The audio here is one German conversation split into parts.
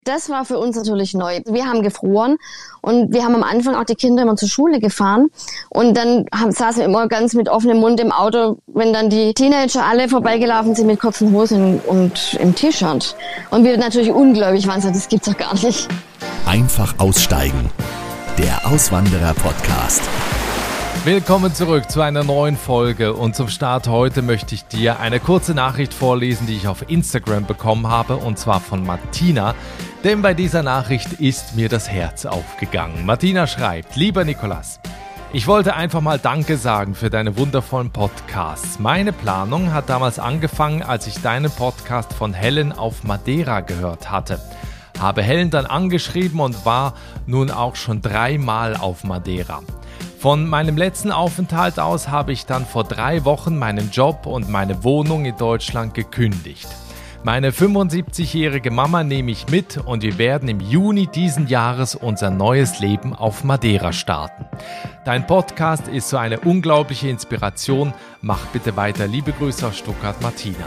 Das war für uns natürlich neu. Wir haben gefroren und wir haben am Anfang auch die Kinder immer zur Schule gefahren und dann saßen wir immer ganz mit offenem Mund im Auto, wenn dann die Teenager alle vorbeigelaufen sind mit kurzen Hosen und im T-Shirt. Und wir natürlich ungläubig waren, so, das gibt's doch gar nicht. Einfach aussteigen. Der Auswanderer-Podcast. Willkommen zurück zu einer neuen Folge und zum Start heute möchte ich dir eine kurze Nachricht vorlesen, die ich auf Instagram bekommen habe, und zwar von Martina, denn bei dieser Nachricht ist mir das Herz aufgegangen. Martina schreibt: Lieber Nikolas, ich wollte einfach mal Danke sagen für deine wundervollen Podcasts. Meine Planung hat damals angefangen, als ich deinen Podcast von Helen auf Madeira gehört hatte. Habe Helen dann angeschrieben und war nun auch schon 3 Mal auf Madeira. Von meinem letzten Aufenthalt aus habe ich dann vor 3 Wochen meinen Job und meine Wohnung in Deutschland gekündigt. Meine 75-jährige Mama nehme ich mit und wir werden im Juni diesen Jahres unser neues Leben auf Madeira starten. Dein Podcast ist so eine unglaubliche Inspiration. Mach bitte weiter. Liebe Grüße aus Stuttgart, Martina.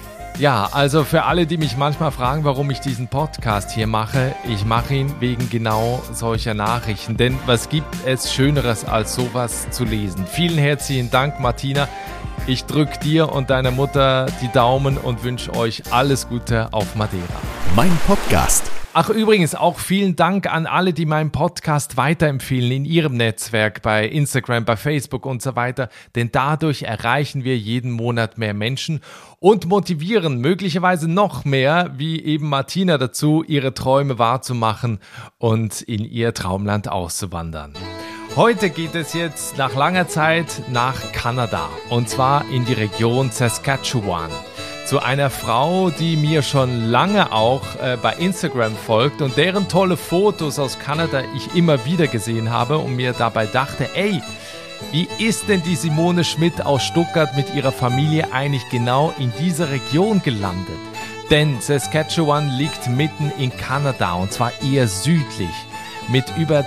Ja, also für alle, die mich manchmal fragen, warum ich diesen Podcast hier mache, ich mache ihn wegen genau solcher Nachrichten. Denn was gibt es Schöneres, als sowas zu lesen? Vielen herzlichen Dank, Martina. Ich drücke dir und deiner Mutter die Daumen und wünsche euch alles Gute auf Madeira. Mein Podcast. Ach, übrigens auch vielen Dank an alle, die meinen Podcast weiterempfehlen in ihrem Netzwerk, bei Instagram, bei Facebook und so weiter. Denn dadurch erreichen wir jeden Monat mehr Menschen und motivieren möglicherweise noch mehr, wie eben Martina, dazu, ihre Träume wahrzumachen und in ihr Traumland auszuwandern. Heute geht es jetzt nach langer Zeit nach Kanada, und zwar in die Region Saskatchewan. Zu einer Frau, die mir schon lange auch bei Instagram folgt und deren tolle Fotos aus Kanada ich immer wieder gesehen habe und mir dabei dachte, ey, wie ist denn die Simone Schmidt aus Stuttgart mit ihrer Familie eigentlich genau in dieser Region gelandet? Denn Saskatchewan liegt mitten in Kanada und zwar eher südlich. Mit über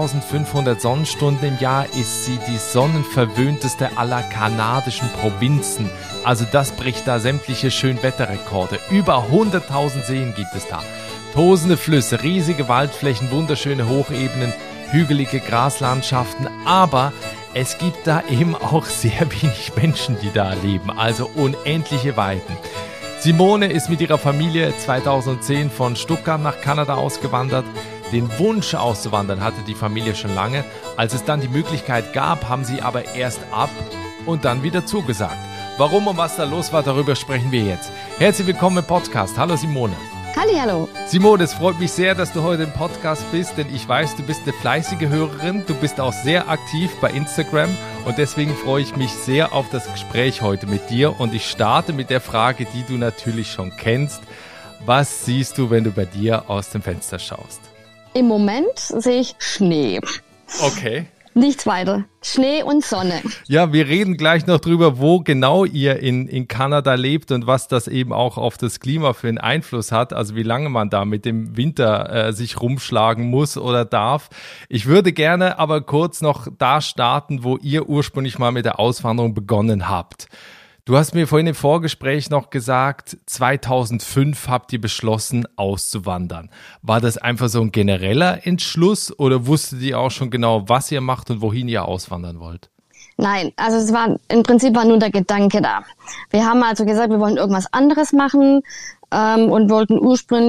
2500 Sonnenstunden im Jahr ist sie die sonnenverwöhnteste aller kanadischen Provinzen. Also das bricht da sämtliche Schönwetterrekorde. Über 100.000 Seen gibt es da. Tosende Flüsse, riesige Waldflächen, wunderschöne Hochebenen, hügelige Graslandschaften. Aber es gibt da eben auch sehr wenig Menschen, die da leben. Also unendliche Weiten. Simone ist mit ihrer Familie 2010 von Stuttgart nach Kanada ausgewandert. Den Wunsch auszuwandern hatte die Familie schon lange. Als es dann die Möglichkeit gab, haben sie aber erst ab und dann wieder zugesagt. Warum und was da los war, darüber sprechen wir jetzt. Herzlich willkommen im Podcast. Hallo Simone. Hallihallo. Simone, es freut mich sehr, dass du heute im Podcast bist, denn ich weiß, du bist eine fleißige Hörerin. Du bist auch sehr aktiv bei Instagram und deswegen freue ich mich sehr auf das Gespräch heute mit dir. Und ich starte mit der Frage, die du natürlich schon kennst. Was siehst du, wenn du bei dir aus dem Fenster schaust? Im Moment sehe ich Schnee. Okay. Nichts weiter. Schnee und Sonne. Ja, wir reden gleich noch drüber, wo genau ihr in Kanada lebt und was das eben auch auf das Klima für einen Einfluss hat. Also wie lange man da mit dem Winter sich rumschlagen muss oder darf. Ich würde gerne aber kurz noch da starten, wo ihr ursprünglich mal mit der Auswanderung begonnen habt. Du hast mir vorhin im Vorgespräch noch gesagt, 2005 habt ihr beschlossen, auszuwandern. War das einfach so ein genereller Entschluss oder wusstet ihr auch schon genau, was ihr macht und wohin ihr auswandern wollt? Nein, also im Prinzip war nur der Gedanke da. Wir haben also gesagt, wir wollen irgendwas anderes machen und haben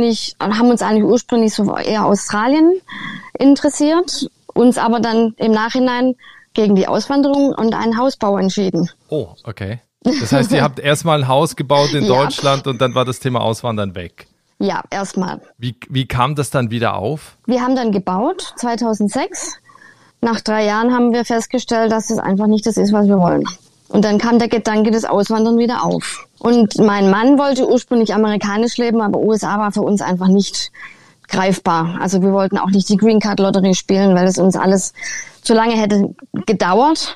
uns eigentlich ursprünglich so eher Australien interessiert, uns aber dann im Nachhinein gegen die Auswanderung und einen Hausbau entschieden. Oh, okay. Das heißt, ihr habt erstmal ein Haus gebaut in Deutschland und dann war das Thema Auswandern weg. Ja, erstmal. Wie kam das dann wieder auf? Wir haben dann gebaut, 2006. Nach 3 Jahren haben wir festgestellt, dass das einfach nicht das ist, was wir wollen. Und dann kam der Gedanke des Auswandern wieder auf. Und mein Mann wollte ursprünglich amerikanisch leben, aber USA war für uns einfach nicht greifbar. Also wir wollten auch nicht die Green Card Lotterie spielen, weil es uns alles zu lange hätte gedauert.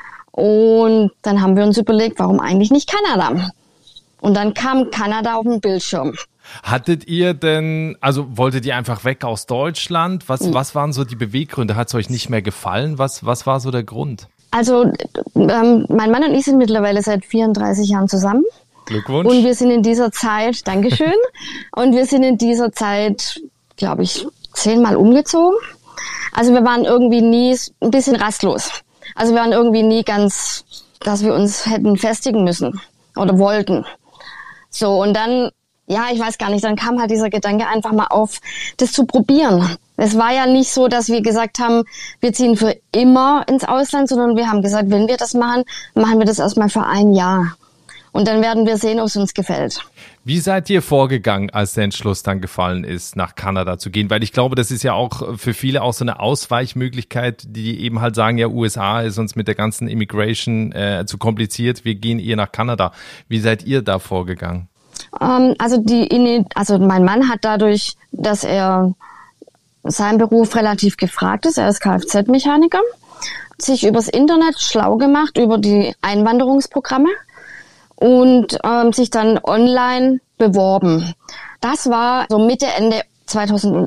Und dann haben wir uns überlegt, warum eigentlich nicht Kanada? Und dann kam Kanada auf den Bildschirm. Hattet ihr denn, also wolltet ihr einfach weg aus Deutschland? Was waren so die Beweggründe? Hat es euch nicht mehr gefallen? Was war so der Grund? Also mein Mann und ich sind mittlerweile seit 34 Jahren zusammen. Glückwunsch. Und wir sind in dieser Zeit, Dankeschön, und wir sind in dieser Zeit glaube ich, 10-mal umgezogen. Also wir waren irgendwie nie ein bisschen rastlos. Also wir waren irgendwie nie ganz, dass wir uns hätten festigen müssen oder wollten. So, und dann, ja, ich weiß gar nicht, dann kam halt dieser Gedanke einfach mal auf, das zu probieren. Es war ja nicht so, dass wir gesagt haben, wir ziehen für immer ins Ausland, sondern wir haben gesagt, wenn wir das machen, machen wir das erstmal für ein Jahr. Und dann werden wir sehen, ob es uns gefällt. Wie seid ihr vorgegangen, als der Entschluss dann gefallen ist, nach Kanada zu gehen? Weil ich glaube, das ist ja auch für viele auch so eine Ausweichmöglichkeit, die eben halt sagen, ja, USA ist uns mit der ganzen Immigration zu kompliziert, wir gehen eher nach Kanada. Wie seid ihr da vorgegangen? Also mein Mann hat dadurch, dass er sein Beruf relativ gefragt ist, er ist Kfz-Mechaniker, sich übers Internet schlau gemacht über die Einwanderungsprogramme und sich dann online beworben. Das war so Mitte, Ende 2008.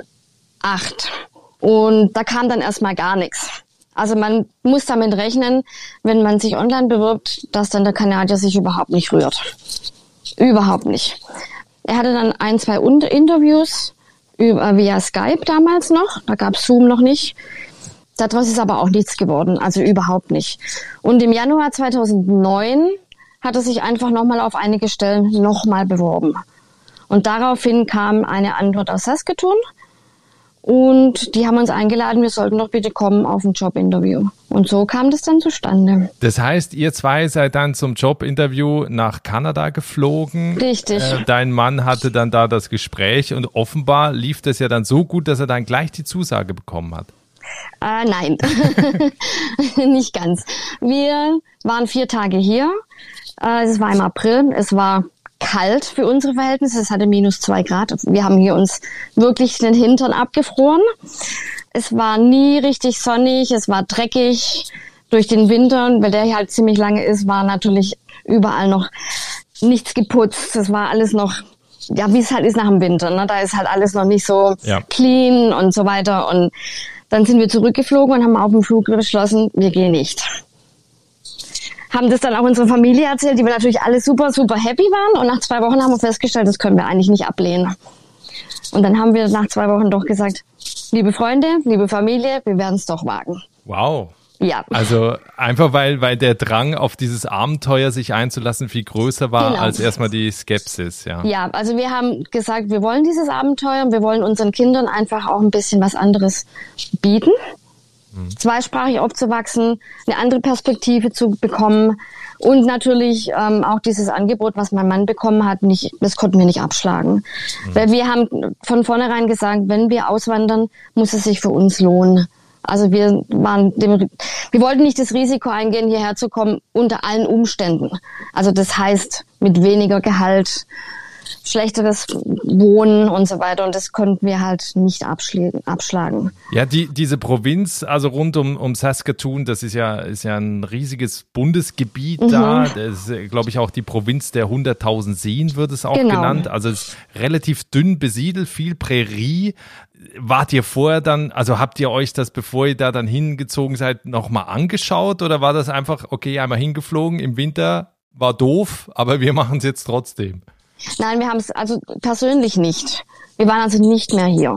Und da kam dann erstmal gar nichts. Also man muss damit rechnen, wenn man sich online bewirbt, dass dann der Kanadier sich überhaupt nicht rührt. Überhaupt nicht. Er hatte dann 1, 2 Interviews via Skype damals noch. Da gab es Zoom noch nicht. Daraus ist aber auch nichts geworden, also überhaupt nicht. Und im Januar 2009 hat er sich einfach nochmal auf einige Stellen nochmal beworben. Und daraufhin kam eine Antwort aus Saskatoon. Und die haben uns eingeladen, wir sollten doch bitte kommen auf ein Jobinterview. Und so kam das dann zustande. Das heißt, ihr zwei seid dann zum Jobinterview nach Kanada geflogen. Richtig. Dein Mann hatte dann da das Gespräch und offenbar lief das ja dann so gut, dass er dann gleich die Zusage bekommen hat. Nein, nicht ganz. Wir waren 4 Tage hier. Es war im April. Es war kalt für unsere Verhältnisse. Es hatte -2 Grad. Wir haben hier uns wirklich den Hintern abgefroren. Es war nie richtig sonnig. Es war dreckig durch den Winter, weil der hier halt ziemlich lange ist, war natürlich überall noch nichts geputzt. Es war alles noch, ja, wie es halt ist nach dem Winter. Ne? Da ist halt alles noch nicht so clean und so weiter. Und dann sind wir zurückgeflogen und haben auf dem Flug beschlossen, wir gehen nicht. Haben das dann auch unserer Familie erzählt, die wir natürlich alle super, super happy waren. Und nach 2 Wochen haben wir festgestellt, das können wir eigentlich nicht ablehnen. Und dann haben wir nach 2 Wochen doch gesagt, liebe Freunde, liebe Familie, wir werden es doch wagen. Wow. Ja. Also einfach, weil der Drang auf dieses Abenteuer sich einzulassen viel größer war als erstmal die Skepsis. Ja. Ja, also wir haben gesagt, wir wollen dieses Abenteuer und wir wollen unseren Kindern einfach auch ein bisschen was anderes bieten. Zweisprachig aufzuwachsen, eine andere Perspektive zu bekommen und natürlich auch dieses Angebot, was mein Mann bekommen hat, das konnten wir nicht abschlagen. Weil wir haben von vornherein gesagt, wenn wir auswandern, muss es sich für uns lohnen. Also wir wollten nicht das Risiko eingehen, hierher zu kommen unter allen Umständen. Also das heißt mit weniger Gehalt, schlechteres Wohnen und so weiter. Und das konnten wir halt nicht abschlagen. Ja, diese Provinz, also rund um Saskatoon, das ist ja ein riesiges Bundesgebiet da. Das ist, glaube ich, auch die Provinz der 100.000 Seen wird es auch genannt. Also es ist relativ dünn besiedelt, viel Prärie. Wart ihr vorher dann, also habt ihr euch das, bevor ihr da dann hingezogen seid, nochmal angeschaut? Oder war das einfach, okay, einmal hingeflogen, im Winter war doof, aber wir machen es jetzt trotzdem? Nein, wir haben es also persönlich nicht. Wir waren also nicht mehr hier.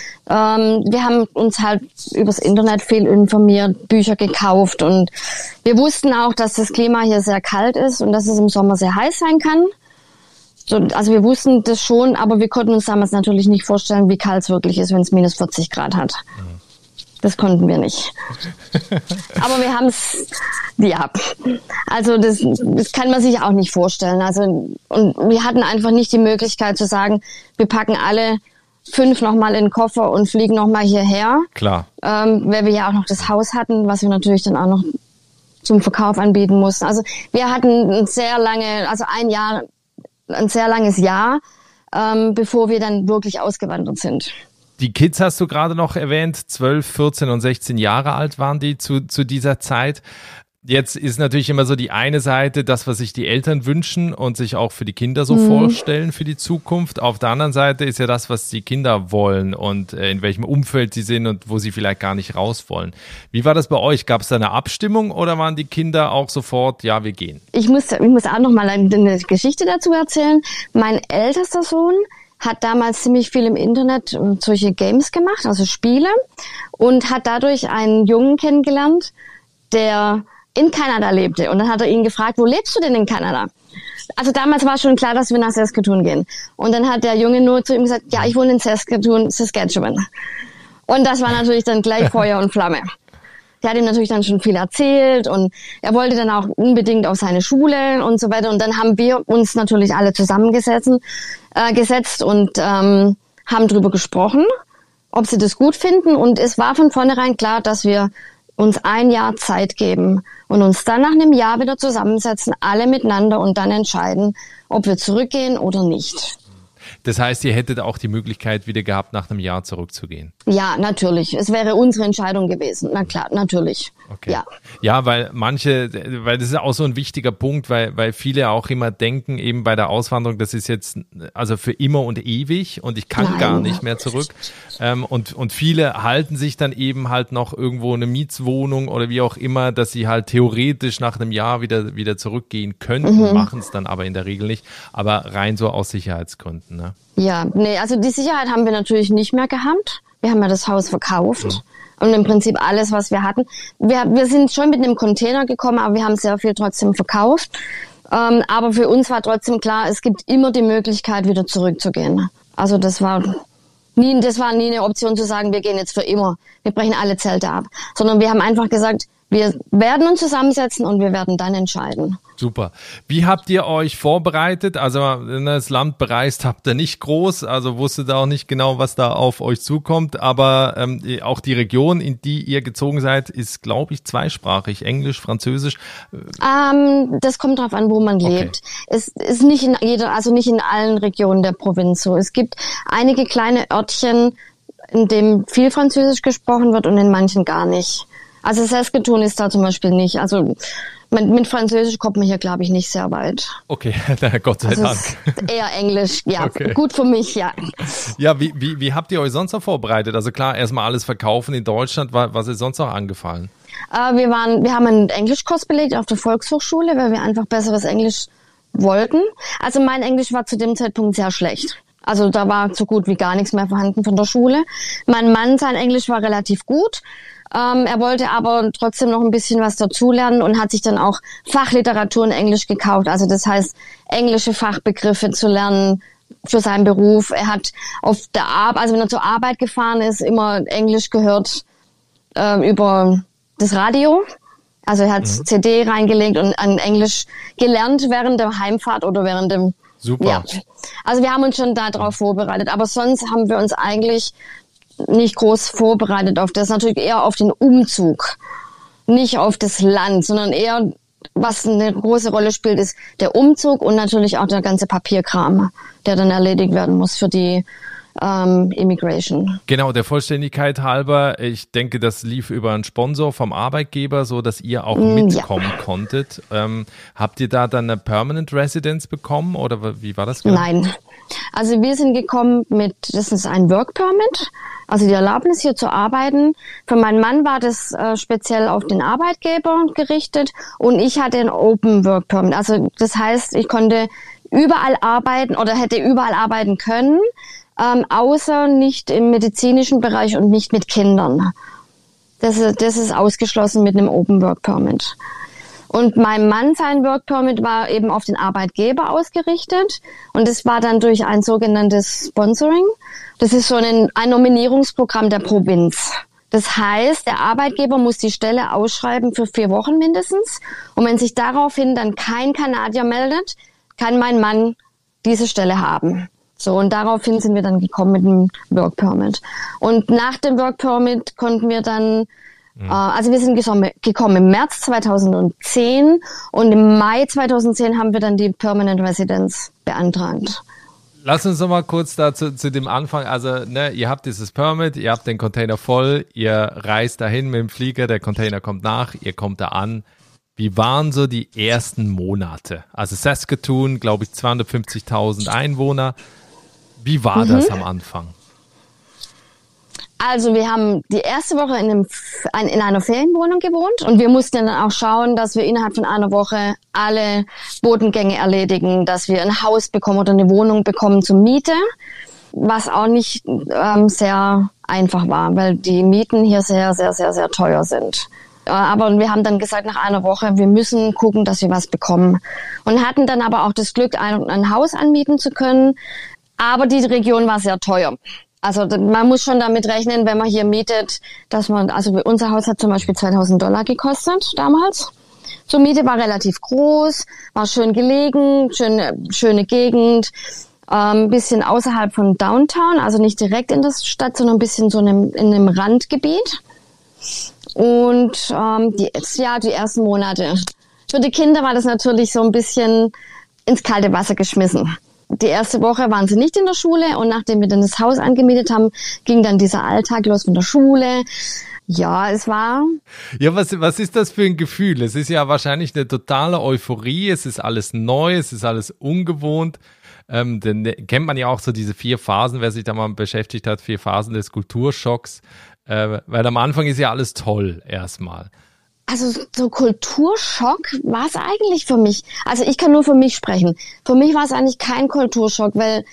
Wir haben uns halt übers Internet viel informiert, Bücher gekauft und wir wussten auch, dass das Klima hier sehr kalt ist und dass es im Sommer sehr heiß sein kann. Also wir wussten das schon, aber wir konnten uns damals natürlich nicht vorstellen, wie kalt es wirklich ist, wenn es -40 Grad hat. Das konnten wir nicht. Aber wir haben es, ja, also das kann man sich auch nicht vorstellen. Also, und wir hatten einfach nicht die Möglichkeit zu sagen, wir packen alle 5 nochmal in den Koffer und fliegen nochmal hierher. Klar. Weil wir ja auch noch das Haus hatten, was wir natürlich dann auch noch zum Verkauf anbieten mussten. Also wir hatten ein sehr langes Jahr, bevor wir dann wirklich ausgewandert sind. Die Kids hast du gerade noch erwähnt, 12, 14 und 16 Jahre alt waren die zu dieser Zeit. Jetzt ist natürlich immer so die eine Seite, das, was sich die Eltern wünschen und sich auch für die Kinder so vorstellen für die Zukunft. Auf der anderen Seite ist ja das, was die Kinder wollen und in welchem Umfeld sie sind und wo sie vielleicht gar nicht raus wollen. Wie war das bei euch? Gab es da eine Abstimmung oder waren die Kinder auch sofort, ja, wir gehen? Ich muss auch noch mal eine Geschichte dazu erzählen. Mein ältester Sohn hat damals ziemlich viel im Internet solche Games gemacht, also Spiele, und hat dadurch einen Jungen kennengelernt, der in Kanada lebte. Und dann hat er ihn gefragt, wo lebst du denn in Kanada? Also damals war schon klar, dass wir nach Saskatoon gehen. Und dann hat der Junge nur zu ihm gesagt, ja, ich wohne in Saskatoon, Saskatchewan. Und das war natürlich dann gleich Feuer und Flamme. Der hat ihm natürlich dann schon viel erzählt und er wollte dann auch unbedingt auf seine Schule und so weiter. Und dann haben wir uns natürlich alle zusammengesetzt und haben drüber gesprochen, ob sie das gut finden. Und es war von vornherein klar, dass wir uns ein Jahr Zeit geben und uns dann nach einem Jahr wieder zusammensetzen, alle miteinander und dann entscheiden, ob wir zurückgehen oder nicht. Das heißt, ihr hättet auch die Möglichkeit wieder gehabt, nach einem Jahr zurückzugehen? Ja, natürlich. Es wäre unsere Entscheidung gewesen. Na klar, natürlich. Okay. Ja. Ja, weil das ist auch so ein wichtiger Punkt, weil viele auch immer denken, eben bei der Auswanderung, das ist jetzt also für immer und ewig und ich kann gar nicht mehr zurück. Und viele halten sich dann eben halt noch irgendwo eine Mietswohnung oder wie auch immer, dass sie halt theoretisch nach einem Jahr wieder zurückgehen könnten, machen es dann aber in der Regel nicht, aber rein so aus Sicherheitsgründen, ne? Ja, nee, also die Sicherheit haben wir natürlich nicht mehr gehabt. Wir haben ja das Haus verkauft und im Prinzip alles, was wir hatten. Wir sind schon mit einem Container gekommen, aber wir haben sehr viel trotzdem verkauft. Aber für uns war trotzdem klar, es gibt immer die Möglichkeit, wieder zurückzugehen. Also das war nie eine Option zu sagen, wir gehen jetzt für immer, wir brechen alle Zelte ab. Sondern wir haben einfach gesagt, wir werden uns zusammensetzen und wir werden dann entscheiden. Super. Wie habt ihr euch vorbereitet? Also das Land bereist habt ihr nicht groß, also wusstet ihr auch nicht genau, was da auf euch zukommt. Aber auch die Region, in die ihr gezogen seid, ist, glaube ich, zweisprachig, Englisch, Französisch. Das kommt drauf an, wo man lebt. Es ist nicht nicht in allen Regionen der Provinz so. Es gibt einige kleine Örtchen, in denen viel Französisch gesprochen wird und in manchen gar nicht. Also Saskatoon ist da zum Beispiel nicht. Also mit Französisch kommt man hier, glaube ich, nicht sehr weit. Okay, na, Gott sei Dank. Eher Englisch, ja. Okay. Gut für mich, ja. Ja, wie habt ihr euch sonst noch vorbereitet? Also klar, erstmal alles verkaufen in Deutschland. Was ist sonst noch angefallen? Wir haben einen Englischkurs belegt auf der Volkshochschule, weil wir einfach besseres Englisch wollten. Also mein Englisch war zu dem Zeitpunkt sehr schlecht. Also da war so gut wie gar nichts mehr vorhanden von der Schule. Mein Mann, sein Englisch war relativ gut. Er wollte aber trotzdem noch ein bisschen was dazulernen und hat sich dann auch Fachliteratur in Englisch gekauft. Also das heißt, englische Fachbegriffe zu lernen für seinen Beruf. Er hat auf der Arbeit, also wenn er zur Arbeit gefahren ist, immer Englisch gehört über das Radio. Also er hat CD reingelegt und an Englisch gelernt während der Heimfahrt oder während dem... Super. Ja. Also wir haben uns schon darauf vorbereitet. Aber sonst haben wir uns eigentlich nicht groß vorbereitet auf das, natürlich eher auf den Umzug, nicht auf das Land, sondern eher, was eine große Rolle spielt, ist der Umzug und natürlich auch der ganze Papierkram, der dann erledigt werden muss für die Immigration. Genau, der Vollständigkeit halber, ich denke, das lief über einen Sponsor vom Arbeitgeber, so dass ihr auch mitkommen konntet. Habt ihr da dann eine Permanent Residence bekommen oder wie war das genau? Nein. Also wir sind gekommen das ist ein Work Permit, also die Erlaubnis hier zu arbeiten. Für meinen Mann war das speziell auf den Arbeitgeber gerichtet und ich hatte ein Open Work Permit. Also das heißt, ich konnte überall arbeiten oder hätte überall arbeiten können, außer nicht im medizinischen Bereich und nicht mit Kindern. Das ist ausgeschlossen mit einem Open Work Permit. Und mein Mann, sein Work Permit war eben auf den Arbeitgeber ausgerichtet und das war dann durch ein sogenanntes Sponsoring. Das ist so ein Nominierungsprogramm der Provinz. Das heißt, der Arbeitgeber muss die Stelle ausschreiben für 4 Wochen mindestens und wenn sich daraufhin dann kein Kanadier meldet, kann mein Mann diese Stelle haben. So, und daraufhin sind wir dann gekommen mit dem Work Permit. Und nach dem Work Permit konnten wir dann, also wir sind gekommen im März 2010 und im Mai 2010 haben wir dann die Permanent Residence beantragt. Lass uns noch mal kurz dazu zu dem Anfang, also ihr habt dieses Permit, ihr habt den Container voll, ihr reist dahin mit dem Flieger, der Container kommt nach, ihr kommt da an. Wie waren so die ersten Monate? Also Saskatoon, glaube ich, 250.000 Einwohner. Wie war das am Anfang? Also wir haben die erste Woche in einer Ferienwohnung gewohnt und wir mussten dann auch schauen, dass wir innerhalb von einer Woche alle Bodengänge erledigen, dass wir ein Haus bekommen oder eine Wohnung bekommen zur Miete. was auch nicht sehr einfach war, weil die Mieten hier sehr, sehr, sehr, sehr teuer sind. Aber wir haben dann gesagt, nach einer Woche, wir müssen gucken, dass wir was bekommen. Und hatten dann aber auch das Glück, ein Haus anmieten zu können. Aber die Region war sehr teuer. Also man muss schon damit rechnen, wenn man hier mietet, dass unser Haus hat zum Beispiel $2.000 gekostet damals. So Miete war relativ groß, war schön gelegen, schöne Gegend, ein bisschen außerhalb von Downtown, also nicht direkt in der Stadt, sondern ein bisschen so in einem Randgebiet. Und die ersten Monate. Für die Kinder war das natürlich so ein bisschen ins kalte Wasser geschmissen. Die erste Woche waren sie nicht in der Schule und nachdem wir dann das Haus angemietet haben, ging dann dieser Alltag los von der Schule. Ja, es war... Ja, was ist das für ein Gefühl? Es ist ja wahrscheinlich eine totale Euphorie, es ist alles neu, es ist alles ungewohnt. Dann kennt man ja auch so diese 4 Phasen, wer sich da mal beschäftigt hat, 4 Phasen des Kulturschocks. Weil am Anfang ist ja alles toll erstmal. Also so Kulturschock war es eigentlich für mich. Also ich kann nur für mich sprechen. Für mich war es eigentlich kein Kulturschock, weil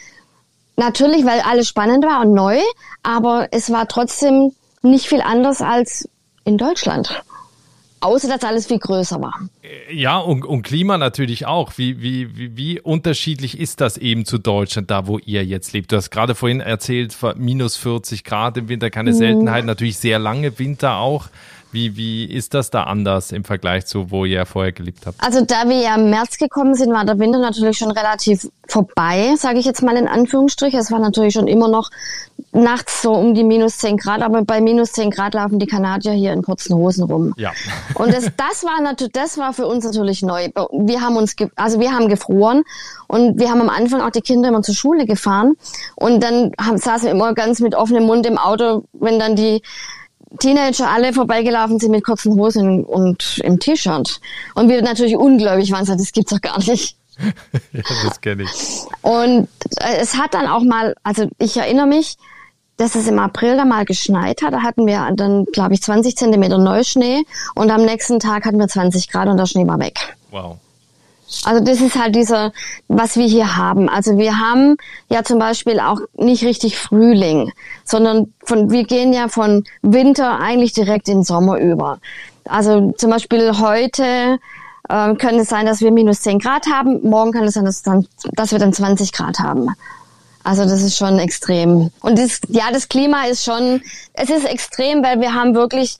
alles spannend war und neu, aber es war trotzdem nicht viel anders als in Deutschland. Außer, dass alles viel größer war. Ja, und Klima natürlich auch. Wie unterschiedlich ist das eben zu Deutschland, da wo ihr jetzt lebt? Du hast gerade vorhin erzählt, minus 40 Grad im Winter, keine Seltenheit, natürlich sehr lange Winter auch. Wie ist das da anders im Vergleich zu, wo ihr vorher gelebt habt? Also da wir ja im März gekommen sind, war der Winter natürlich schon relativ vorbei, sage ich jetzt mal in Anführungsstrichen. Es war natürlich schon immer noch nachts so um die minus 10 Grad, aber bei minus 10 Grad laufen die Kanadier hier in kurzen Hosen rum. Ja. Und das war für uns natürlich neu. Wir haben gefroren und wir haben am Anfang auch die Kinder immer zur Schule gefahren und dann saßen wir immer ganz mit offenem Mund im Auto, wenn dann die Teenager alle vorbeigelaufen sind mit kurzen Hosen und im T-Shirt. Und wir natürlich ungläubig waren, das gibt's doch gar nicht. Ja, das kenne ich. Und es hat dann auch mal, also ich erinnere mich, dass es im April da mal geschneit hat. Da hatten wir dann, glaube ich, 20 Zentimeter Neuschnee und am nächsten Tag hatten wir 20 Grad und der Schnee war weg. Wow. Also das ist halt was wir hier haben. Also wir haben ja zum Beispiel auch nicht richtig Frühling, sondern wir gehen ja von Winter eigentlich direkt in den Sommer über. Also zum Beispiel heute könnte es sein, dass wir minus 10 Grad haben. Morgen kann es sein, dass wir dann 20 Grad haben. Also das ist schon extrem. Und das Klima ist es ist extrem, weil wir haben wirklich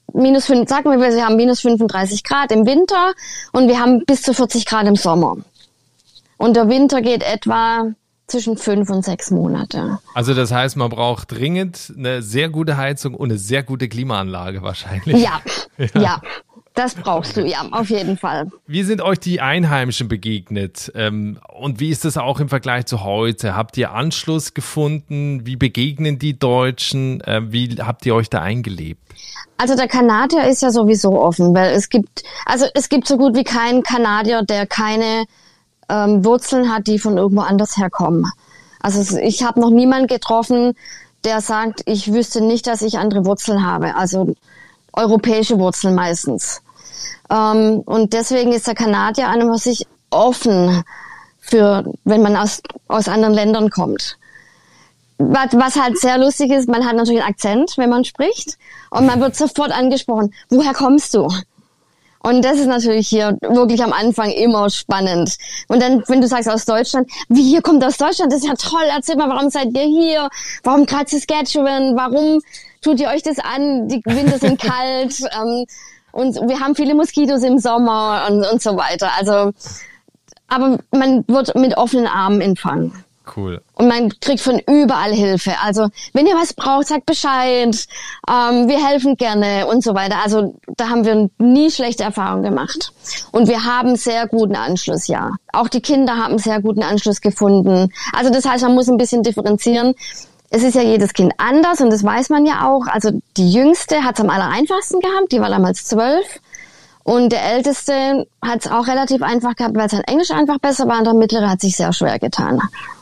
wir haben minus 35 Grad im Winter und wir haben bis zu 40 Grad im Sommer. Und der Winter geht etwa zwischen 5 und 6 Monate. Also das heißt, man braucht dringend eine sehr gute Heizung und eine sehr gute Klimaanlage wahrscheinlich. Ja. Das brauchst du, ja, auf jeden Fall. Wie sind euch die Einheimischen begegnet? Und wie ist das auch im Vergleich zu heute? Habt ihr Anschluss gefunden? Wie begegnen die Deutschen? Wie habt ihr euch da eingelebt? Also der Kanadier ist ja sowieso offen, weil es gibt so gut wie keinen Kanadier, der keine Wurzeln hat, die von irgendwo anders herkommen. Also ich habe noch niemanden getroffen, der sagt, ich wüsste nicht, dass ich andere Wurzeln habe. Also europäische Wurzeln meistens. Und deswegen ist der Kanadier an und für sich offen wenn man aus anderen Ländern kommt. Was halt sehr lustig ist, man hat natürlich einen Akzent, wenn man spricht, und man wird sofort angesprochen, woher kommst du? Und das ist natürlich hier wirklich am Anfang immer spannend. Und dann, wenn du sagst aus Deutschland, wie, ihr kommt aus Deutschland, das ist ja toll, erzähl mal, warum seid ihr hier? Warum gerade Saskatchewan? Warum tut ihr euch das an? Die Winter sind kalt, und wir haben viele Moskitos im Sommer und so weiter. Also, aber man wird mit offenen Armen empfangen. Cool. Und man kriegt von überall Hilfe. Also, wenn ihr was braucht, sagt Bescheid. Wir helfen gerne und so weiter. Also, da haben wir nie schlechte Erfahrungen gemacht. Und wir haben sehr guten Anschluss, ja. Auch die Kinder haben sehr guten Anschluss gefunden. Also, das heißt, man muss ein bisschen differenzieren. Es ist ja jedes Kind anders und das weiß man ja auch. Also, die Jüngste hat es am allereinfachsten gehabt. Die war damals 12. Und der Älteste hat es auch relativ einfach gehabt, weil sein Englisch einfach besser war. Und der Mittlere hat sich sehr schwer getan.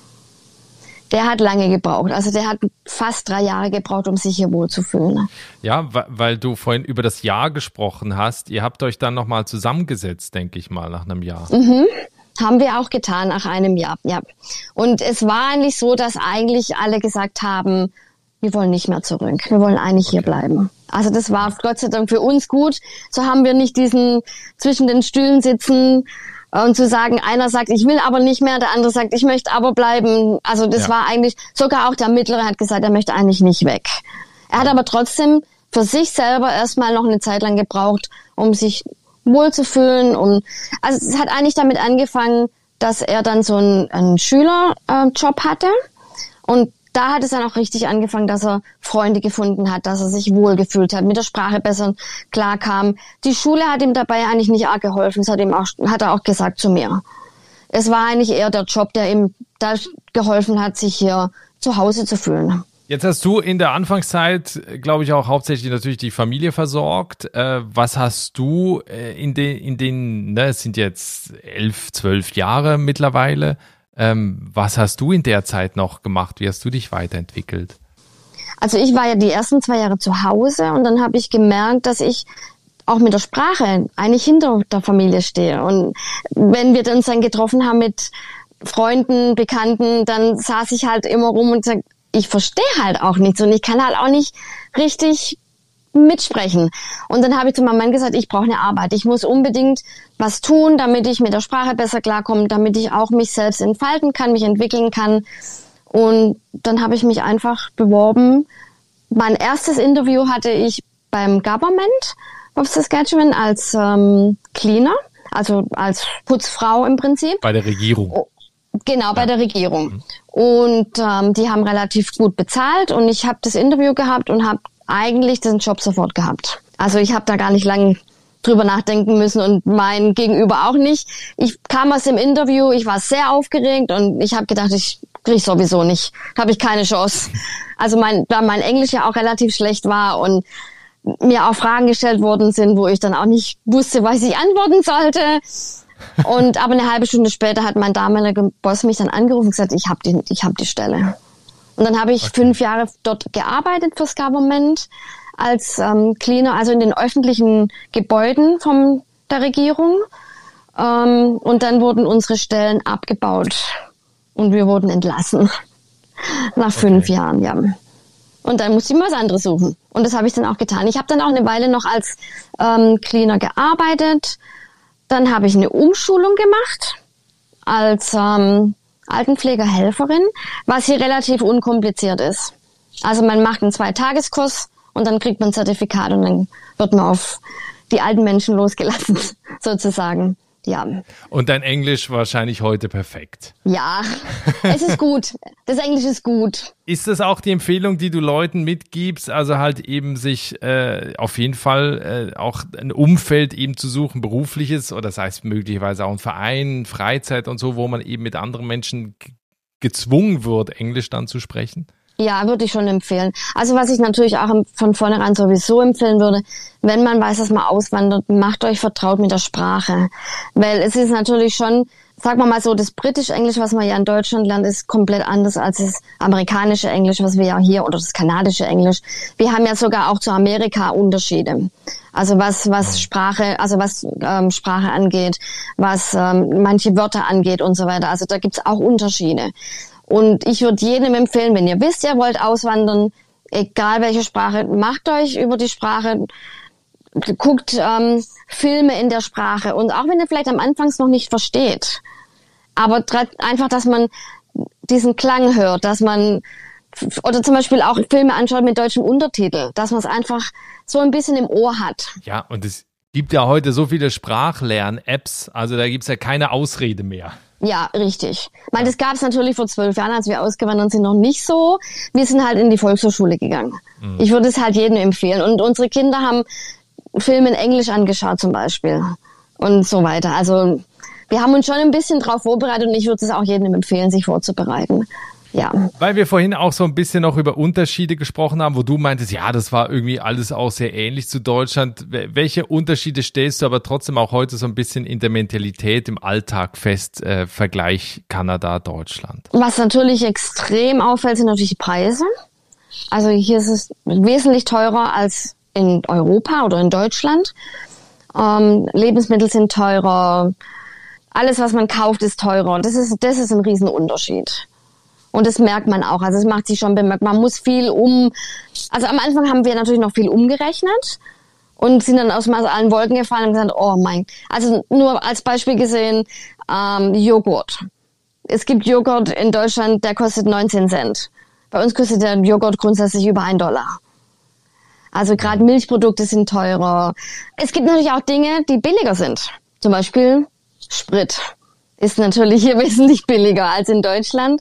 Der hat lange gebraucht. Also der hat fast 3 Jahre gebraucht, um sich hier wohlzufühlen. Ja, weil du vorhin über das Jahr gesprochen hast. Ihr habt euch dann nochmal zusammengesetzt, denke ich mal, nach einem Jahr. Mhm. Haben wir auch getan nach einem Jahr, ja. Und es war eigentlich so, dass eigentlich alle gesagt haben, wir wollen nicht mehr zurück. Wir wollen eigentlich hier bleiben. Also das war Gott sei Dank für uns gut. So haben wir nicht diesen zwischen den Stühlen sitzen und zu sagen, einer sagt, ich will aber nicht mehr, der andere sagt, ich möchte aber bleiben. Also das war eigentlich, sogar auch der Mittlere hat gesagt, er möchte eigentlich nicht weg. Er hat aber trotzdem für sich selber erstmal noch eine Zeit lang gebraucht, um sich wohlzufühlen. Also es hat eigentlich damit angefangen, dass er dann so einen Schülerjob hatte. Und da hat es dann auch richtig angefangen, dass er Freunde gefunden hat, dass er sich wohlgefühlt hat, mit der Sprache besser klarkam. Die Schule hat ihm dabei eigentlich nicht arg geholfen, hat er auch gesagt zu mir. Es war eigentlich eher der Job, der ihm da geholfen hat, sich hier zu Hause zu fühlen. Jetzt hast du in der Anfangszeit, glaube ich, auch hauptsächlich natürlich die Familie versorgt. Was hast du in den, es sind jetzt 11, 12 Jahre mittlerweile, was hast du in der Zeit noch gemacht? Wie hast du dich weiterentwickelt? Also ich war ja die ersten 2 Jahre zu Hause und dann habe ich gemerkt, dass ich auch mit der Sprache eigentlich hinter der Familie stehe. Und wenn wir uns dann getroffen haben mit Freunden, Bekannten, dann saß ich halt immer rum und sagte, ich verstehe halt auch nichts und ich kann halt auch nicht richtig mitsprechen. Und dann habe ich zu meinem Mann gesagt, ich brauche eine Arbeit. Ich muss unbedingt was tun, damit ich mit der Sprache besser klarkomme, damit ich auch mich selbst entfalten kann, mich entwickeln kann. Und dann habe ich mich einfach beworben. Mein erstes Interview hatte ich beim Government of Saskatchewan als Cleaner, also als Putzfrau im Prinzip. Bei der Regierung. Genau, bei der Regierung. Und die haben relativ gut bezahlt und ich habe das Interview gehabt und habe eigentlich den Job sofort gehabt. Also ich habe da gar nicht lange drüber nachdenken müssen und mein Gegenüber auch nicht. Ich kam aus dem Interview, ich war sehr aufgeregt und ich habe gedacht, ich kriege sowieso nicht, habe ich keine Chance. Also da mein Englisch ja auch relativ schlecht war und mir auch Fragen gestellt worden sind, wo ich dann auch nicht wusste, was ich antworten sollte. Aber eine halbe Stunde später hat mein damaliger Boss mich dann angerufen und gesagt, ich hab die Stelle. Und dann habe ich 5 Jahre dort gearbeitet fürs Government als Cleaner, also in den öffentlichen Gebäuden der Regierung. Und dann wurden unsere Stellen abgebaut und wir wurden entlassen. Nach 5 Jahren, ja. Und dann musste ich mir was anderes suchen. Und das habe ich dann auch getan. Ich habe dann auch eine Weile noch als Cleaner gearbeitet. Dann habe ich eine Umschulung gemacht als Altenpflegerhelferin, was hier relativ unkompliziert ist. Also man macht einen 2-Tageskurs und dann kriegt man ein Zertifikat und dann wird man auf die alten Menschen losgelassen, sozusagen. Ja. Und dein Englisch wahrscheinlich heute perfekt. Ja, es ist gut. Das Englisch ist gut. Ist das auch die Empfehlung, die du Leuten mitgibst? Also halt eben sich auf jeden Fall auch ein Umfeld eben zu suchen, berufliches oder das heißt möglicherweise auch ein Verein, Freizeit und so, wo man eben mit anderen Menschen gezwungen wird, Englisch dann zu sprechen? Ja, würde ich schon empfehlen. Also was ich natürlich auch von vornherein sowieso empfehlen würde, wenn man weiß, dass man auswandert, macht euch vertraut mit der Sprache. Weil es ist natürlich schon, sagen wir mal so, das britisch-Englisch, was man ja in Deutschland lernt, ist komplett anders als das amerikanische Englisch, was wir ja hier, oder das kanadische Englisch. Wir haben ja sogar auch zu Amerika Unterschiede. Also was Sprache, Sprache angeht, was manche Wörter angeht und so weiter. Also da gibt's auch Unterschiede. Und ich würde jedem empfehlen, wenn ihr wisst, ihr wollt auswandern, egal welche Sprache, macht euch über die Sprache, guckt Filme in der Sprache. Und auch wenn ihr vielleicht am Anfang noch nicht versteht, aber einfach, dass man diesen Klang hört, dass man, oder zum Beispiel auch Filme anschaut mit deutschem Untertitel, dass man es einfach so ein bisschen im Ohr hat. Ja, und es gibt ja heute so viele Sprachlern-Apps, also da gibt's ja keine Ausrede mehr. Ja, richtig. Ich meine, das gab es natürlich vor 12 Jahren, als wir ausgewandert sind, noch nicht so. Wir sind halt in die Volkshochschule gegangen. Mhm. Ich würde es halt jedem empfehlen. Und unsere Kinder haben Filme in Englisch angeschaut zum Beispiel und so weiter. Also wir haben uns schon ein bisschen drauf vorbereitet und ich würde es auch jedem empfehlen, sich vorzubereiten. Ja. Weil wir vorhin auch so ein bisschen noch über Unterschiede gesprochen haben, wo du meintest, ja, das war irgendwie alles auch sehr ähnlich zu Deutschland. Welche Unterschiede stellst du aber trotzdem auch heute so ein bisschen in der Mentalität, im Alltag fest, Vergleich Kanada, Deutschland? Was natürlich extrem auffällt, sind natürlich die Preise. Also hier ist es wesentlich teurer als in Europa oder in Deutschland. Lebensmittel sind teurer. alles, was man kauft, ist teurer. Das ist ein Riesenunterschied. Und das merkt man auch. Also es macht sich schon bemerkt. Man muss viel also am Anfang haben wir natürlich noch viel umgerechnet und sind dann aus allen Wolken gefallen und gesagt, oh mein. Also nur als Beispiel gesehen, Joghurt. Es gibt Joghurt in Deutschland, der kostet 19 Cent. Bei uns kostet der Joghurt grundsätzlich über $1. Also gerade Milchprodukte sind teurer. Es gibt natürlich auch Dinge, die billiger sind. Zum Beispiel Sprit. Ist natürlich hier wesentlich billiger als in Deutschland.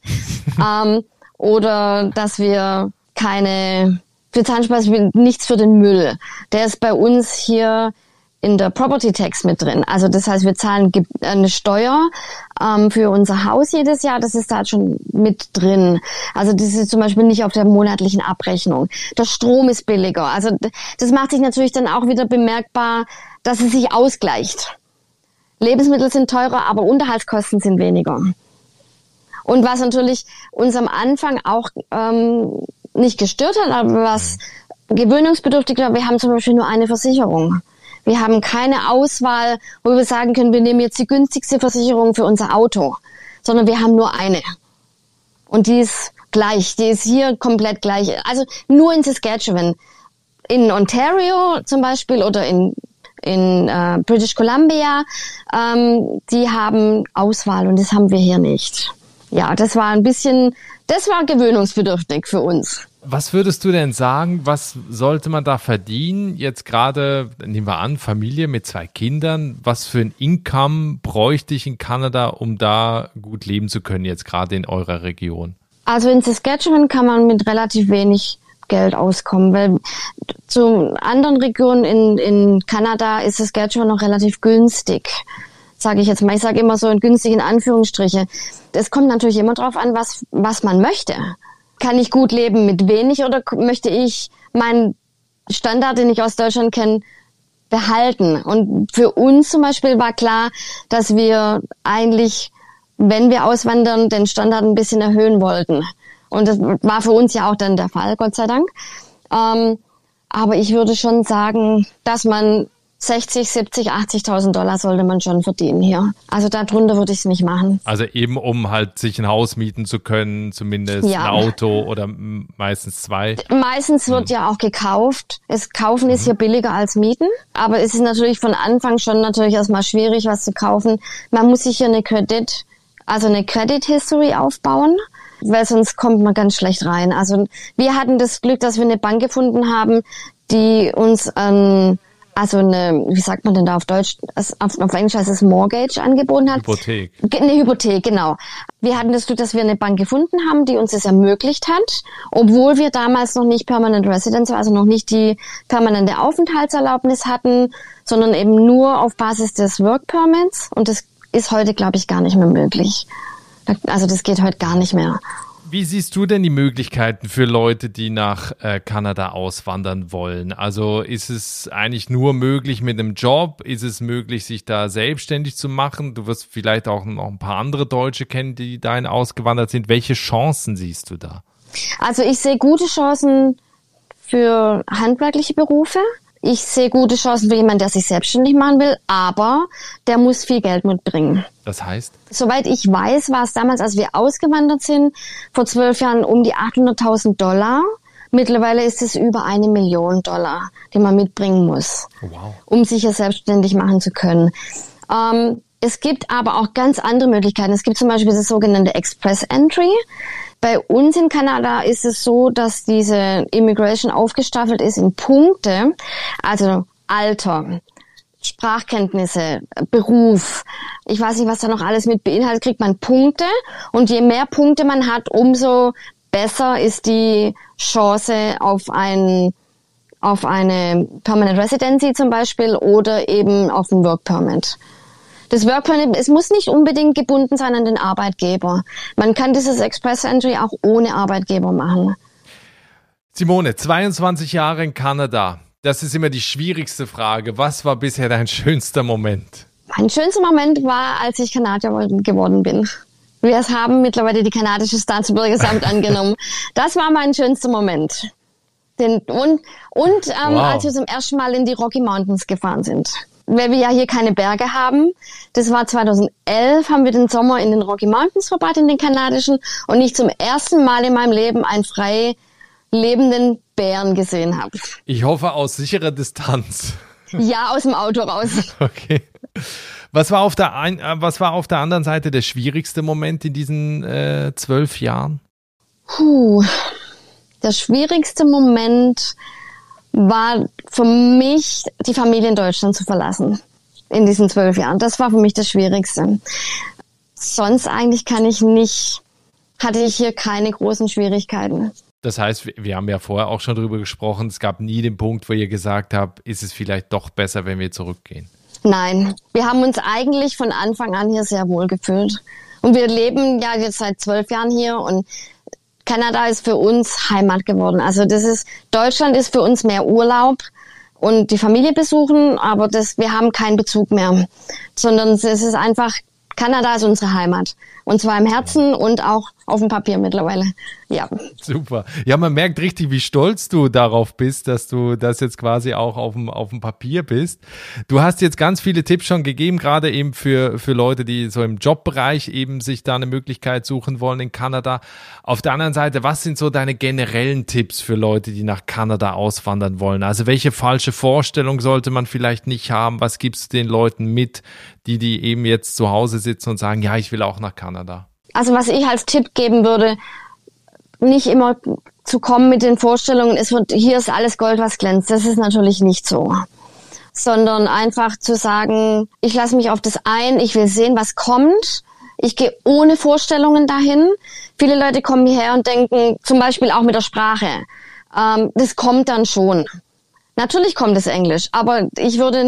Oder dass wir zahlen zum Beispiel nichts für den Müll. Der ist bei uns hier in der Property Tax mit drin. Also das heißt, wir zahlen eine Steuer für unser Haus jedes Jahr. Das ist da schon mit drin. Also das ist zum Beispiel nicht auf der monatlichen Abrechnung. Der Strom ist billiger. Also das macht sich natürlich dann auch wieder bemerkbar, dass es sich ausgleicht. Lebensmittel sind teurer, aber Unterhaltskosten sind weniger. Und was natürlich uns am Anfang auch nicht gestört hat, aber was gewöhnungsbedürftig war, wir haben zum Beispiel nur eine Versicherung. Wir haben keine Auswahl, wo wir sagen können, wir nehmen jetzt die günstigste Versicherung für unser Auto, sondern wir haben nur eine. Und die ist gleich, die ist hier komplett gleich. Also nur in Saskatchewan. In Ontario zum Beispiel oder in British Columbia, die haben Auswahl und das haben wir hier nicht. Ja, das war gewöhnungsbedürftig für uns. Was würdest du denn sagen, was sollte man da verdienen? Jetzt gerade, nehmen wir an, Familie mit 2 Kindern. Was für ein Income bräuchte ich in Kanada, um da gut leben zu können, jetzt gerade in eurer Region? Also in Saskatchewan kann man mit relativ wenig Geld auskommen, weil zu anderen Regionen in Kanada ist Saskatchewan noch relativ günstig, sage ich jetzt mal. Ich sage immer so günstig in Anführungsstriche. Es kommt natürlich immer drauf an, was man möchte. Kann ich gut leben mit wenig oder möchte ich meinen Standard, den ich aus Deutschland kenne, behalten? Und für uns zum Beispiel war klar, dass wir eigentlich, wenn wir auswandern, den Standard ein bisschen erhöhen wollten. Und das war für uns ja auch dann der Fall, Gott sei Dank. Aber ich würde schon sagen, dass man 60, 70, 80.000 Dollar sollte man schon verdienen hier. Also darunter würde ich es nicht machen. Also eben, um halt sich ein Haus mieten zu können, zumindest ein Auto oder meistens 2. Meistens wird ja auch gekauft. Kaufen ist hier billiger als Mieten. Aber es ist natürlich von Anfang schon natürlich erstmal schwierig, was zu kaufen. Man muss sich hier eine Credit History aufbauen, weil sonst kommt man ganz schlecht rein. Also wir hatten das Glück, dass wir eine Bank gefunden haben, die uns wie sagt man denn da auf Deutsch? Auf Englisch heißt es Mortgage angeboten hat. Hypothek. Eine Hypothek, genau. Wir hatten das Glück, dass wir eine Bank gefunden haben, die uns das ermöglicht hat, obwohl wir damals noch nicht Permanent Residence, also noch nicht die permanente Aufenthaltserlaubnis hatten, sondern eben nur auf Basis des Work Permits. Und das ist heute, glaube ich, gar nicht mehr möglich. Also das geht heute gar nicht mehr. Wie siehst du denn die Möglichkeiten für Leute, die nach Kanada auswandern wollen? Also ist es eigentlich nur möglich mit einem Job? Ist es möglich, sich da selbstständig zu machen? Du wirst vielleicht auch noch ein paar andere Deutsche kennen, die dahin ausgewandert sind. Welche Chancen siehst du da? Also ich sehe gute Chancen für handwerkliche Berufe. Ich sehe gute Chancen für jemanden, der sich selbstständig machen will, aber der muss viel Geld mitbringen. Das heißt? Soweit ich weiß, war es damals, als wir ausgewandert sind, vor 12 Jahren um die $800.000 Dollar. Mittlerweile ist es über $1 Million, die man mitbringen muss, um sich ja selbstständig machen zu können. Es gibt aber auch ganz andere Möglichkeiten. Es gibt zum Beispiel das sogenannte Express Entry. Bei uns in Kanada ist es so, dass diese Immigration aufgestaffelt ist in Punkte, also Alter, Sprachkenntnisse, Beruf. Ich weiß nicht, was da noch alles mit beinhaltet, kriegt man Punkte. Und je mehr Punkte man hat, umso besser ist die Chance auf eine Permanent Residency zum Beispiel oder eben auf ein Work Permit. Das Work Permit, es muss nicht unbedingt gebunden sein an den Arbeitgeber. Man kann dieses Express Entry auch ohne Arbeitgeber machen. Simone, 22 Jahre in Kanada. Das ist immer die schwierigste Frage. Was war bisher dein schönster Moment? Mein schönster Moment war, als ich Kanadier geworden bin. Wir haben mittlerweile die kanadische Staatsbürgerschaft angenommen. Das war mein schönster Moment. Als wir zum ersten Mal in die Rocky Mountains gefahren sind. weil wir ja hier keine Berge haben. Das war 2011, haben wir den Sommer in den Rocky Mountains verbracht, in den kanadischen, und ich zum ersten Mal in meinem Leben einen frei lebenden Bären gesehen habe. Ich hoffe aus sicherer Distanz. Ja, aus dem Auto raus. Okay. Was war auf der anderen Seite der schwierigste Moment in diesen 12 Jahren? Der schwierigste Moment war für mich, die Familie in Deutschland zu verlassen in diesen 12 Jahren. Das war für mich das Schwierigste. Sonst eigentlich hatte ich hier keine großen Schwierigkeiten. Das heißt, wir haben ja vorher auch schon drüber gesprochen, es gab nie den Punkt, wo ihr gesagt habt, ist es vielleicht doch besser, wenn wir zurückgehen? Nein, wir haben uns eigentlich von Anfang an hier sehr wohl gefühlt. Und wir leben ja jetzt seit 12 Jahren hier und Kanada ist für uns Heimat geworden. Also Deutschland ist für uns mehr Urlaub und die Familie besuchen, aber wir haben keinen Bezug mehr, sondern es ist einfach, Kanada ist unsere Heimat. Und zwar im Herzen und auch auf dem Papier mittlerweile. Ja. Super. Ja, man merkt richtig, wie stolz du darauf bist, dass du das jetzt quasi auch auf dem Papier bist. Du hast jetzt ganz viele Tipps schon gegeben, gerade eben für Leute, die so im Jobbereich eben sich da eine Möglichkeit suchen wollen in Kanada. Auf der anderen Seite, was sind so deine generellen Tipps für Leute, die nach Kanada auswandern wollen? Also welche falsche Vorstellung sollte man vielleicht nicht haben? Was gibst du den Leuten mit, die eben jetzt zu Hause sitzen und sagen, ja, ich will auch nach Kanada? Also was ich als Tipp geben würde, nicht immer zu kommen mit den Vorstellungen, hier ist alles Gold, was glänzt. Das ist natürlich nicht so. Sondern einfach zu sagen, ich lasse mich auf das ein, ich will sehen, was kommt. Ich gehe ohne Vorstellungen dahin. Viele Leute kommen hierher und denken, zum Beispiel auch mit der Sprache, das kommt dann schon. Natürlich kommt es Englisch, aber ich würde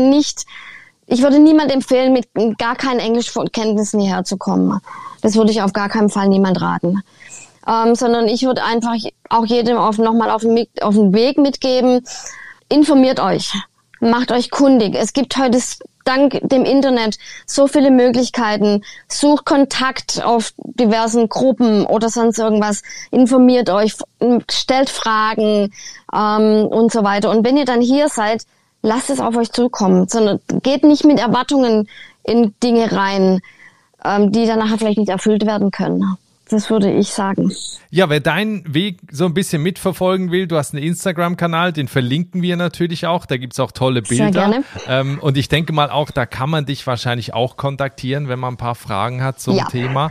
niemand empfehlen, mit gar keinen Englischkenntnissen hierher zu kommen. Das würde ich auf gar keinen Fall niemand raten. Sondern ich würde einfach auch jedem nochmal auf den Weg mitgeben, informiert euch, macht euch kundig. Es gibt heute dank dem Internet so viele Möglichkeiten. Sucht Kontakt auf diversen Gruppen oder sonst irgendwas. Informiert euch, stellt Fragen und so weiter. Und wenn ihr dann hier seid, lasst es auf euch zukommen, sondern geht nicht mit Erwartungen in Dinge rein, die dann nachher vielleicht nicht erfüllt werden können. Das würde ich sagen. Ja, wer deinen Weg so ein bisschen mitverfolgen will, du hast einen Instagram-Kanal, den verlinken wir natürlich auch. Da gibt's auch tolle Bilder. Sehr gerne. Und ich denke mal auch, da kann man dich wahrscheinlich auch kontaktieren, wenn man ein paar Fragen hat zum Thema.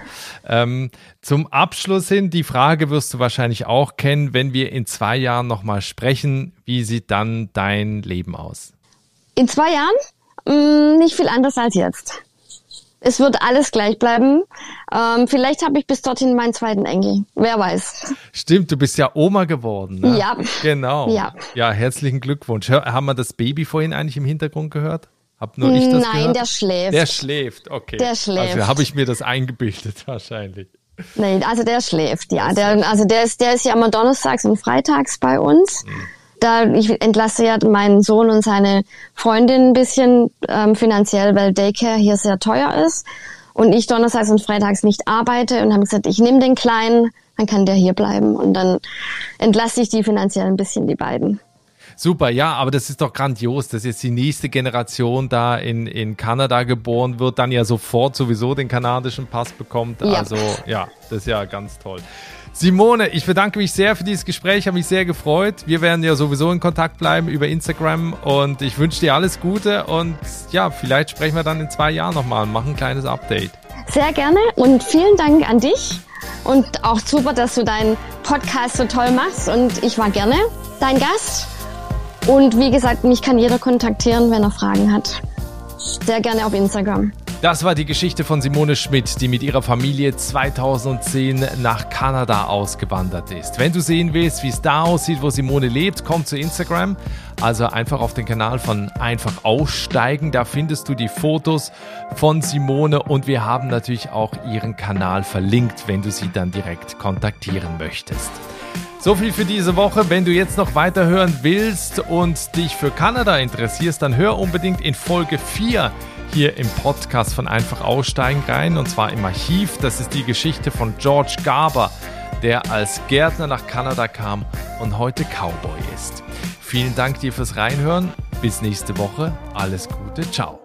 Zum Abschluss hin, die Frage wirst du wahrscheinlich auch kennen, wenn wir in 2 Jahren nochmal sprechen, wie sieht dann dein Leben aus? In 2 Jahren? Nicht viel anders als jetzt. Es wird alles gleich bleiben. Vielleicht habe ich bis dorthin meinen zweiten Enkel. Wer weiß. Stimmt, du bist ja Oma geworden. Ne? Ja. Genau. Ja, herzlichen Glückwunsch. Haben wir das Baby vorhin eigentlich im Hintergrund gehört? Hab nur ich das gehört? Nein, der schläft. Der schläft, okay. Der schläft. Also habe ich mir das eingebildet wahrscheinlich. Nein, also der schläft, ja. Der ist ja immer donnerstags und freitags bei uns. Ich entlasse ja meinen Sohn und seine Freundin ein bisschen finanziell, weil Daycare hier sehr teuer ist und ich donnerstags und freitags nicht arbeite und habe gesagt, ich nehme den Kleinen, dann kann der hier bleiben und dann entlasse ich die finanziell ein bisschen, die beiden. Super, ja, aber das ist doch grandios, dass jetzt die nächste Generation da in Kanada geboren wird, dann ja sofort sowieso den kanadischen Pass bekommt. Ja. Also ja, das ist ja ganz toll. Simone, ich bedanke mich sehr für dieses Gespräch, habe mich sehr gefreut. Wir werden ja sowieso in Kontakt bleiben über Instagram und ich wünsche dir alles Gute und ja, vielleicht sprechen wir dann in 2 Jahren nochmal und machen ein kleines Update. Sehr gerne und vielen Dank an dich und auch super, dass du deinen Podcast so toll machst und ich war gerne dein Gast und wie gesagt, mich kann jeder kontaktieren, wenn er Fragen hat. Sehr gerne auf Instagram. Das war die Geschichte von Simone Schmidt, die mit ihrer Familie 2010 nach Kanada ausgewandert ist. Wenn du sehen willst, wie es da aussieht, wo Simone lebt, komm zu Instagram. Also einfach auf den Kanal von Einfach Aussteigen. Da findest du die Fotos von Simone und wir haben natürlich auch ihren Kanal verlinkt, wenn du sie dann direkt kontaktieren möchtest. So viel für diese Woche. Wenn du jetzt noch weiterhören willst und dich für Kanada interessierst, dann hör unbedingt in Folge 4 hier im Podcast von Einfach Aussteigen rein, und zwar im Archiv. Das ist die Geschichte von George Garber, der als Gärtner nach Kanada kam und heute Cowboy ist. Vielen Dank dir fürs Reinhören. Bis nächste Woche. alles Gute. Ciao.